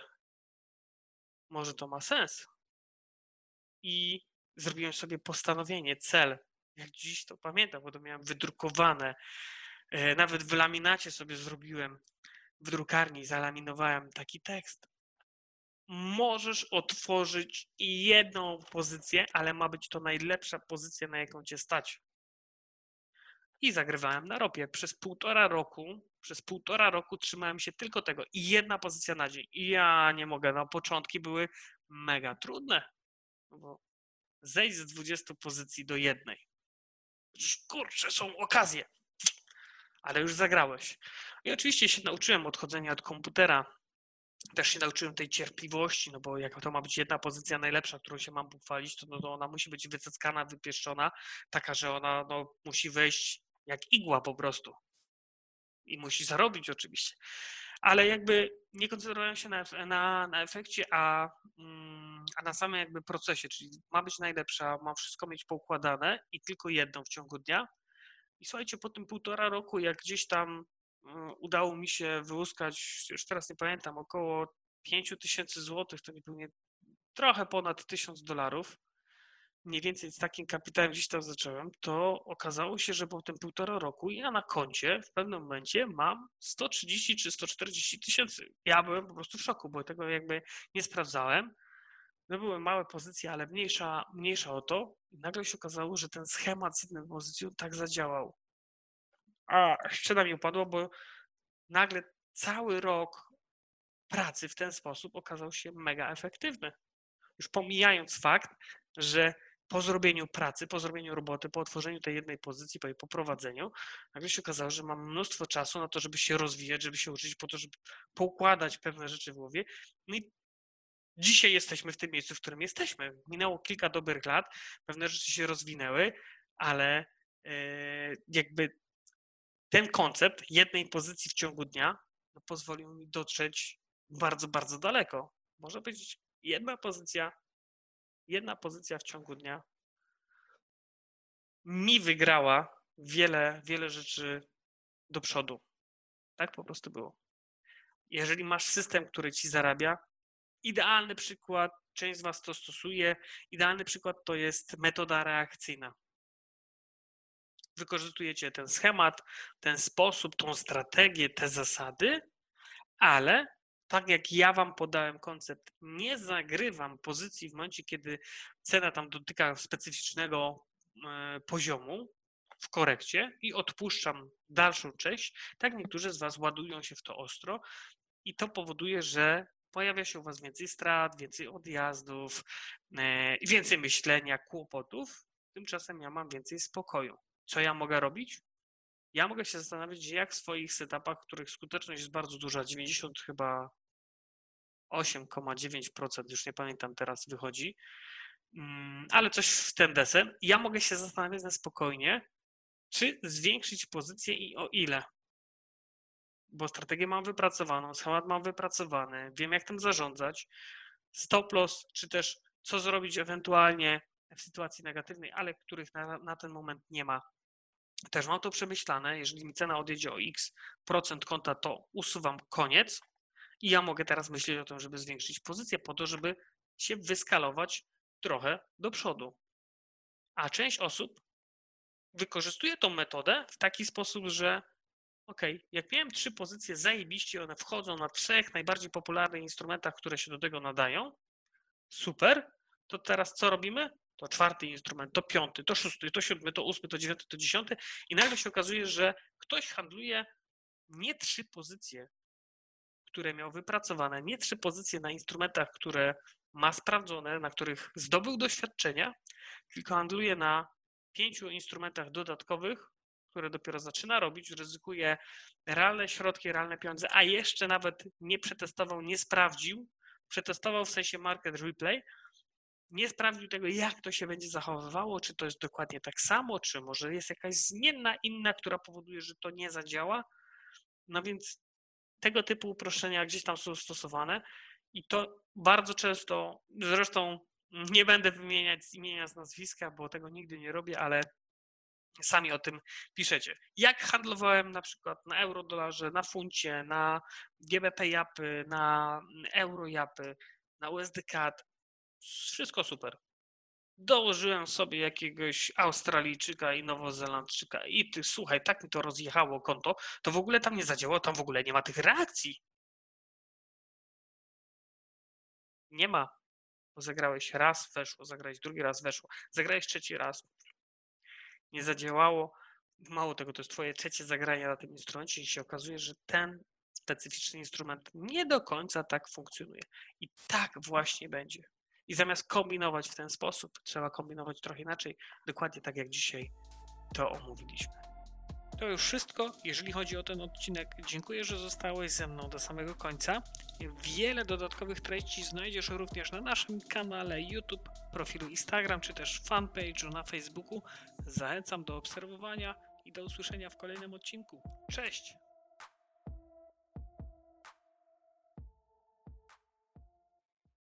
[SPEAKER 1] może to ma sens. I zrobiłem sobie postanowienie, cel. Jak dziś to pamiętam, bo to miałem wydrukowane. E, Nawet w laminacie sobie zrobiłem w drukarni, zalaminowałem taki tekst. Możesz otworzyć jedną pozycję, ale ma być to najlepsza pozycja, na jaką cię stać. I zagrywałem na ropie. Przez półtora roku, przez półtora roku trzymałem się tylko tego i jedna pozycja na dzień. I ja nie mogę, no początki były mega trudne, no bo zejść z dwudziestu pozycji do jednej. Kurczę, są okazje, ale już zagrałeś. I oczywiście się nauczyłem odchodzenia od komputera. Też się nauczyłem tej cierpliwości, no bo jak to ma być jedna pozycja najlepsza, którą się mam pochwalić, to, no, to ona musi być wyceckana, wypieszczona, taka, że ona no, musi wejść jak igła po prostu. I musi zarobić oczywiście. Ale jakby nie koncentrowałem się na, na, na efekcie, a, mm, a na samym jakby procesie, czyli ma być najlepsza, ma wszystko mieć poukładane i tylko jedną w ciągu dnia. I słuchajcie, po tym półtora roku, jak gdzieś tam mm, udało mi się wyłuskać, już teraz nie pamiętam, około pięć tysięcy złotych, to nie był nie, trochę ponad tysiąc dolarów, mniej więcej z takim kapitałem gdzieś tam zacząłem, to okazało się, że po tym półtora roku ja na koncie w pewnym momencie mam sto trzydzieści czy sto czterdzieści tysięcy. Ja byłem po prostu w szoku, bo tego jakby nie sprawdzałem. No były małe pozycje, ale mniejsza, mniejsza o to. I nagle się okazało, że ten schemat z jedną pozycją tak zadziałał. A szczena mi upadło, bo nagle cały rok pracy w ten sposób okazał się mega efektywny. Już pomijając fakt, że po zrobieniu pracy, po zrobieniu roboty, po otworzeniu tej jednej pozycji, po jej poprowadzeniu, nagle się okazało, że mam mnóstwo czasu na to, żeby się rozwijać, żeby się uczyć, po to, żeby poukładać pewne rzeczy w głowie. No i dzisiaj jesteśmy w tym miejscu, w którym jesteśmy. Minęło kilka dobrych lat, pewne rzeczy się rozwinęły, ale e, jakby ten koncept jednej pozycji w ciągu dnia no, pozwolił mi dotrzeć bardzo, bardzo daleko. Może być jedna pozycja, jedna pozycja w ciągu dnia mi wygrała wiele, wiele rzeczy do przodu. Tak po prostu było. Jeżeli masz system, który ci zarabia, idealny przykład, część z was to stosuje, idealny przykład to jest metoda reakcyjna. Wykorzystujecie ten schemat, ten sposób, tą strategię, te zasady, ale tak jak ja wam podałem koncept, nie zagrywam pozycji w momencie, kiedy cena tam dotyka specyficznego poziomu w korekcie i odpuszczam dalszą część. Tak niektórzy z was ładują się w to ostro i to powoduje, że pojawia się u was więcej strat, więcej odjazdów, więcej myślenia, kłopotów. Tymczasem ja mam więcej spokoju. Co ja mogę robić? Ja mogę się zastanawiać, jak w swoich setupach, których skuteczność jest bardzo duża, dziewięćdziesiąt chyba osiem przecinek dziewięć procent, już nie pamiętam teraz wychodzi, ale coś w ten desen. Ja mogę się zastanawiać na spokojnie, czy zwiększyć pozycję i o ile. Bo strategię mam wypracowaną, schemat mam wypracowany, wiem jak tym zarządzać, stop loss, czy też co zrobić ewentualnie w sytuacji negatywnej, ale których na, na ten moment nie ma. Też mam to przemyślane, jeżeli mi cena odjedzie o x procent konta, to usuwam koniec i ja mogę teraz myśleć o tym, żeby zwiększyć pozycję po to, żeby się wyskalować trochę do przodu. A część osób wykorzystuje tą metodę w taki sposób, że ok, jak miałem trzy pozycje zajebiście, one wchodzą na trzech najbardziej popularnych instrumentach, które się do tego nadają, super, to teraz co robimy? To czwarty instrument, to piąty, to szósty, to siódmy, to ósmy, to dziewiąty, to dziesiąty i nagle się okazuje, że ktoś handluje nie trzy pozycje, które miał wypracowane, nie trzy pozycje na instrumentach, które ma sprawdzone, na których zdobył doświadczenia, tylko handluje na pięciu instrumentach dodatkowych, które dopiero zaczyna robić, ryzykuje realne środki, realne pieniądze, a jeszcze nawet nie przetestował, nie sprawdził, przetestował w sensie market replay, nie sprawdził tego, jak to się będzie zachowywało, czy to jest dokładnie tak samo, czy może jest jakaś zmienna inna, która powoduje, że to nie zadziała. No więc tego typu uproszczenia gdzieś tam są stosowane i to bardzo często, zresztą nie będę wymieniać z imienia, z nazwiska, bo tego nigdy nie robię, ale sami o tym piszecie. Jak handlowałem na przykład na euro-dolarze, na funcie, na G B P japy, na euro japy, na U S D C A D, wszystko super. dołożyłem sobie jakiegoś Australijczyka i Nowozelandczyka i ty, słuchaj, tak mi to rozjechało konto, to w ogóle tam nie zadziałało, tam w ogóle nie ma tych reakcji. Nie ma. Bo zagrałeś raz, weszło, zagrałeś drugi raz, weszło, zagrałeś trzeci raz, nie zadziałało. Mało tego, to jest twoje trzecie zagranie na tym instrumencie i się okazuje, że ten specyficzny instrument nie do końca tak funkcjonuje. I tak właśnie będzie. I zamiast kombinować w ten sposób, trzeba kombinować trochę inaczej, dokładnie tak jak dzisiaj to omówiliśmy. To już wszystko, jeżeli chodzi o ten odcinek. Dziękuję, że zostałeś ze mną do samego końca. Wiele dodatkowych treści znajdziesz również na naszym kanale YouTube, profilu Instagram, czy też fanpage'u na Facebooku. Zachęcam do obserwowania i do usłyszenia w kolejnym odcinku. Cześć!